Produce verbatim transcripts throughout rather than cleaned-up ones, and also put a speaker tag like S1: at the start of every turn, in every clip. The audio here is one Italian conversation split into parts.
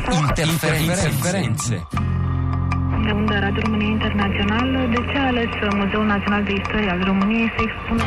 S1: Interferențe.
S2: De unde Radio România Internațională, de ce a ales Muzeul Național de Istoria al României să expună?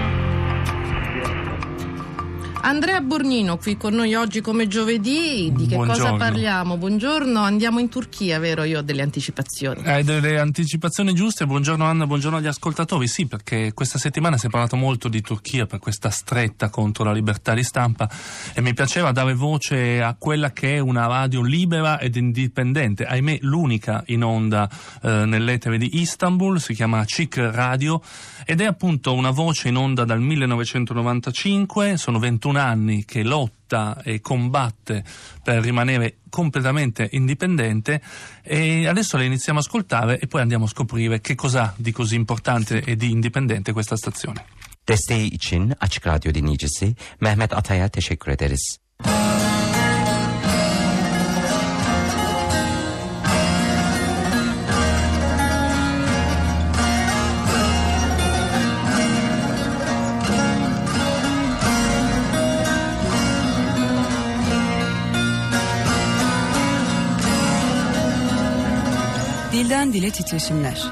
S3: Andrea Borgnino qui con noi oggi come giovedì. Di che
S1: Buongiorno.
S3: cosa parliamo? Buongiorno, andiamo in Turchia, vero? Io ho delle anticipazioni.
S1: Hai delle anticipazioni giuste. Buongiorno Anna, buongiorno agli ascoltatori. Sì, perché questa settimana si è parlato molto di Turchia per questa stretta contro la libertà di stampa e mi piaceva dare voce a quella che è una radio libera ed indipendente, ahimè l'unica in onda eh, nell'etere di Istanbul, si chiama Açık Radio ed è appunto una voce in onda dal millenovecentonovantacinque, sono ventuno anni che lotta e combatte per rimanere completamente indipendente e adesso le iniziamo a ascoltare e poi andiamo a scoprire che cos'ha di così importante e di indipendente questa stazione.
S4: Desteği için Açık Radyo dinleyicisi Mehmet Atay'a teşekkür ederiz.
S5: Dilden dile titreşimler.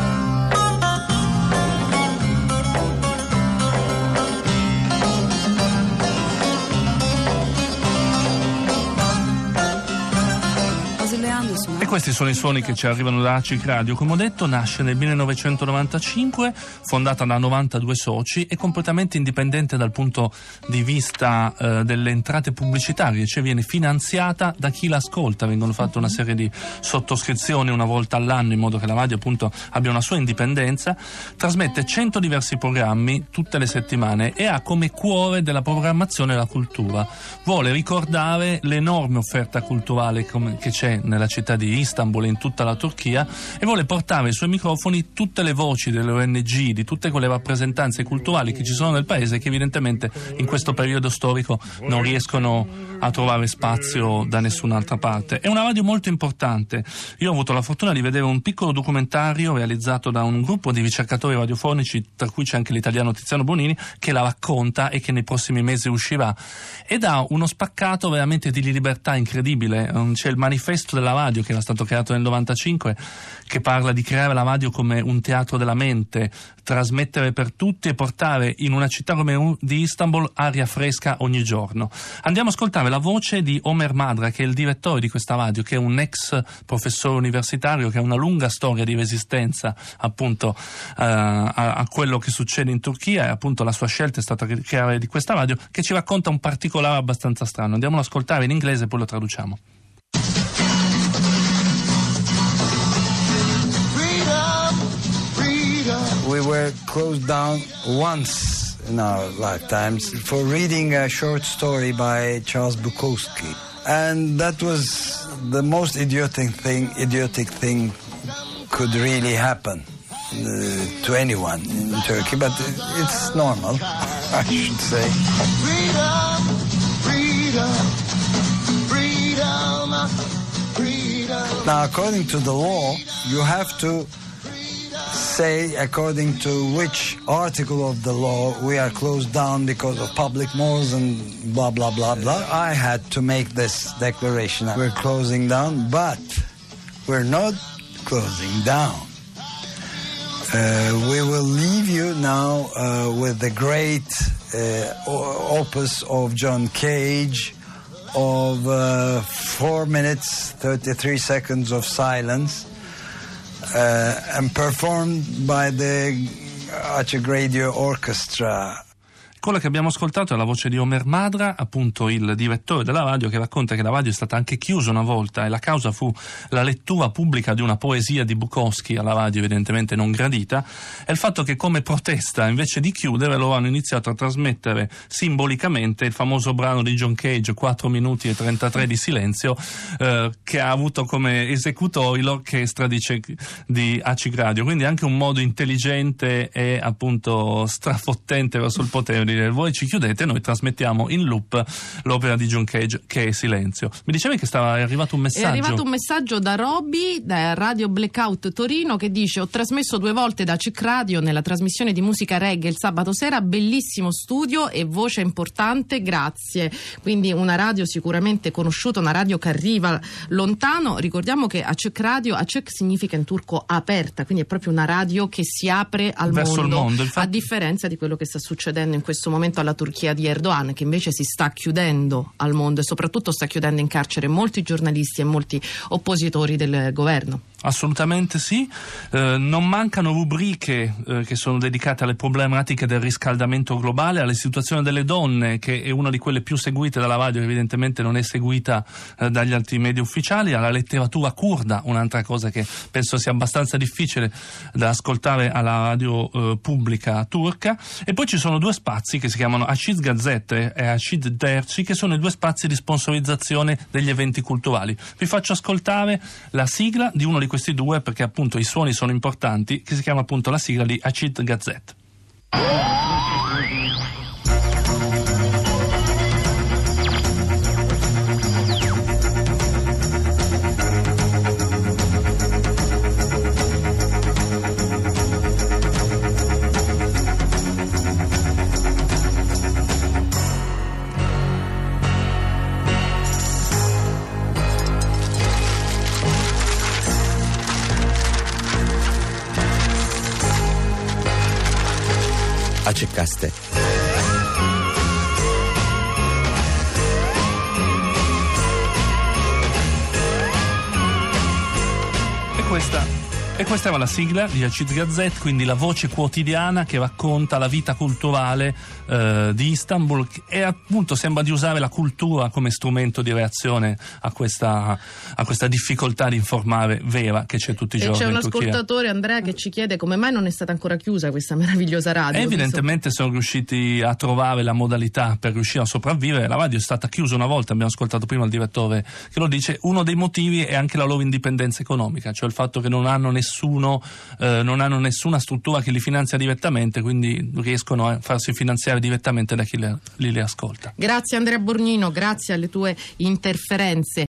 S1: E questi sono i suoni che ci arrivano da Açık Radio. Come ho detto, nasce nel millenovecentonovantacinque, fondata da novantadue soci e completamente indipendente dal punto di vista eh, delle entrate pubblicitarie, cioè viene finanziata da chi l'ascolta. Vengono fatte una serie di sottoscrizioni una volta all'anno in modo che la radio appunto abbia una sua indipendenza. Trasmette cento diversi programmi tutte le settimane e ha come cuore della programmazione la cultura. Vuole ricordare l'enorme offerta culturale come, che c'è nella città di Istanbul e in tutta la Turchia e vuole portare ai suoi microfoni tutte le voci delle O N G, di tutte quelle rappresentanze culturali che ci sono nel paese che evidentemente in questo periodo storico non riescono a trovare spazio da nessun'altra parte. È una radio molto importante. Io ho avuto la fortuna di vedere un piccolo documentario realizzato da un gruppo di ricercatori radiofonici, tra cui c'è anche l'italiano Tiziano Bonini, che la racconta e che nei prossimi mesi uscirà ed ha uno spaccato veramente di libertà incredibile. C'è il manifesto della radio che era stato creato nel novantacinque, che parla di creare la radio come un teatro della mente, trasmettere per tutti e portare in una città come di Istanbul aria fresca ogni giorno. Andiamo a ascoltare la voce di Omer Madra, che è il direttore di questa radio, che è un ex professore universitario che ha una lunga storia di resistenza appunto uh, a, a quello che succede in Turchia e appunto la sua scelta è stata creare di questa radio, che ci racconta un particolare abbastanza strano. Andiamo ad ascoltare in inglese e poi lo traduciamo.
S6: We were closed down once in our lifetimes for reading a short story by Charles Bukowski. And that was the most idiotic thing, idiotic thing could really happen uh, to anyone in Turkey, but it's normal, I should say. Freedom, freedom, freedom, freedom. Now, according to the law, you have to say according to which article of the law we are closed down because of public morals and blah blah blah blah. I had to make this declaration. We're closing down, but we're not closing down. Uh, we will leave you now uh, with the great uh, opus of John Cage of uh, four minutes thirty-three seconds of silence. Uh, and performed by the Açık Radio Orchestra.
S1: Quella che abbiamo ascoltato è la voce di Omer Madra, appunto il direttore della radio, che racconta che la radio è stata anche chiusa una volta e la causa fu la lettura pubblica di una poesia di Bukowski, alla radio evidentemente non gradita, e il fatto che come protesta invece di chiudere loro hanno iniziato a trasmettere simbolicamente il famoso brano di John Cage, quattro minuti e trentatré di silenzio, eh, che ha avuto come esecutori l'orchestra di, di Açık Radio, quindi anche un modo intelligente e appunto strafottente verso il potere di responsabile, voi ci chiudete, noi trasmettiamo in loop l'opera di John Cage che è Silenzio. Mi dicevi che stava, è arrivato un messaggio?
S3: È arrivato un messaggio da Roby, da Radio Blackout Torino, che dice: ho trasmesso due volte da C I C Radio nella trasmissione di musica reggae il sabato sera, bellissimo studio e voce importante, grazie. Quindi una radio sicuramente conosciuta, una radio che arriva lontano. Ricordiamo che a C I C Radio, a C I C significa in turco aperta, quindi è proprio una radio che si apre al
S1: verso
S3: mondo,
S1: il mondo. Infatti,
S3: a differenza di quello che sta succedendo in questo momento alla Turchia di Erdogan, che invece si sta chiudendo al mondo e soprattutto sta chiudendo in carcere molti giornalisti e molti oppositori del governo.
S1: Assolutamente sì, eh, non mancano rubriche eh, che sono dedicate alle problematiche del riscaldamento globale, alle situazioni delle donne, che è una di quelle più seguite dalla radio, evidentemente non è seguita eh, dagli altri media ufficiali, alla letteratura curda, un'altra cosa che penso sia abbastanza difficile da ascoltare alla radio eh, pubblica turca, e poi ci sono due spazi che si chiamano Acid Gazzette e Acid Derci, che sono i due spazi di sponsorizzazione degli eventi culturali. Vi faccio ascoltare la sigla di uno di questi due, perché appunto i suoni sono importanti, che si chiama appunto la sigla di Acid Gazzette.
S4: Açık Gazete.
S1: E questa E questa era la sigla di Acid Gazette, quindi la voce quotidiana che racconta la vita culturale eh, di Istanbul, e appunto sembra di usare la cultura come strumento di reazione a questa, a questa difficoltà di informare vera che c'è tutti i
S3: e
S1: giorni
S3: c'è un
S1: in Turchia.
S3: ascoltatore, Andrea, che ci chiede come mai non è stata ancora chiusa questa meravigliosa radio.
S1: Evidentemente sono riusciti a trovare la modalità per riuscire a sopravvivere. La radio è stata chiusa una volta, abbiamo ascoltato prima il direttore che lo dice. Uno dei motivi è anche la loro indipendenza economica, cioè il fatto che non hanno nessuno eh, non hanno nessuna struttura che li finanzia direttamente, quindi riescono a farsi finanziare direttamente da chi le, li le ascolta.
S3: Grazie Andrea Borgnino, grazie alle tue interferenze.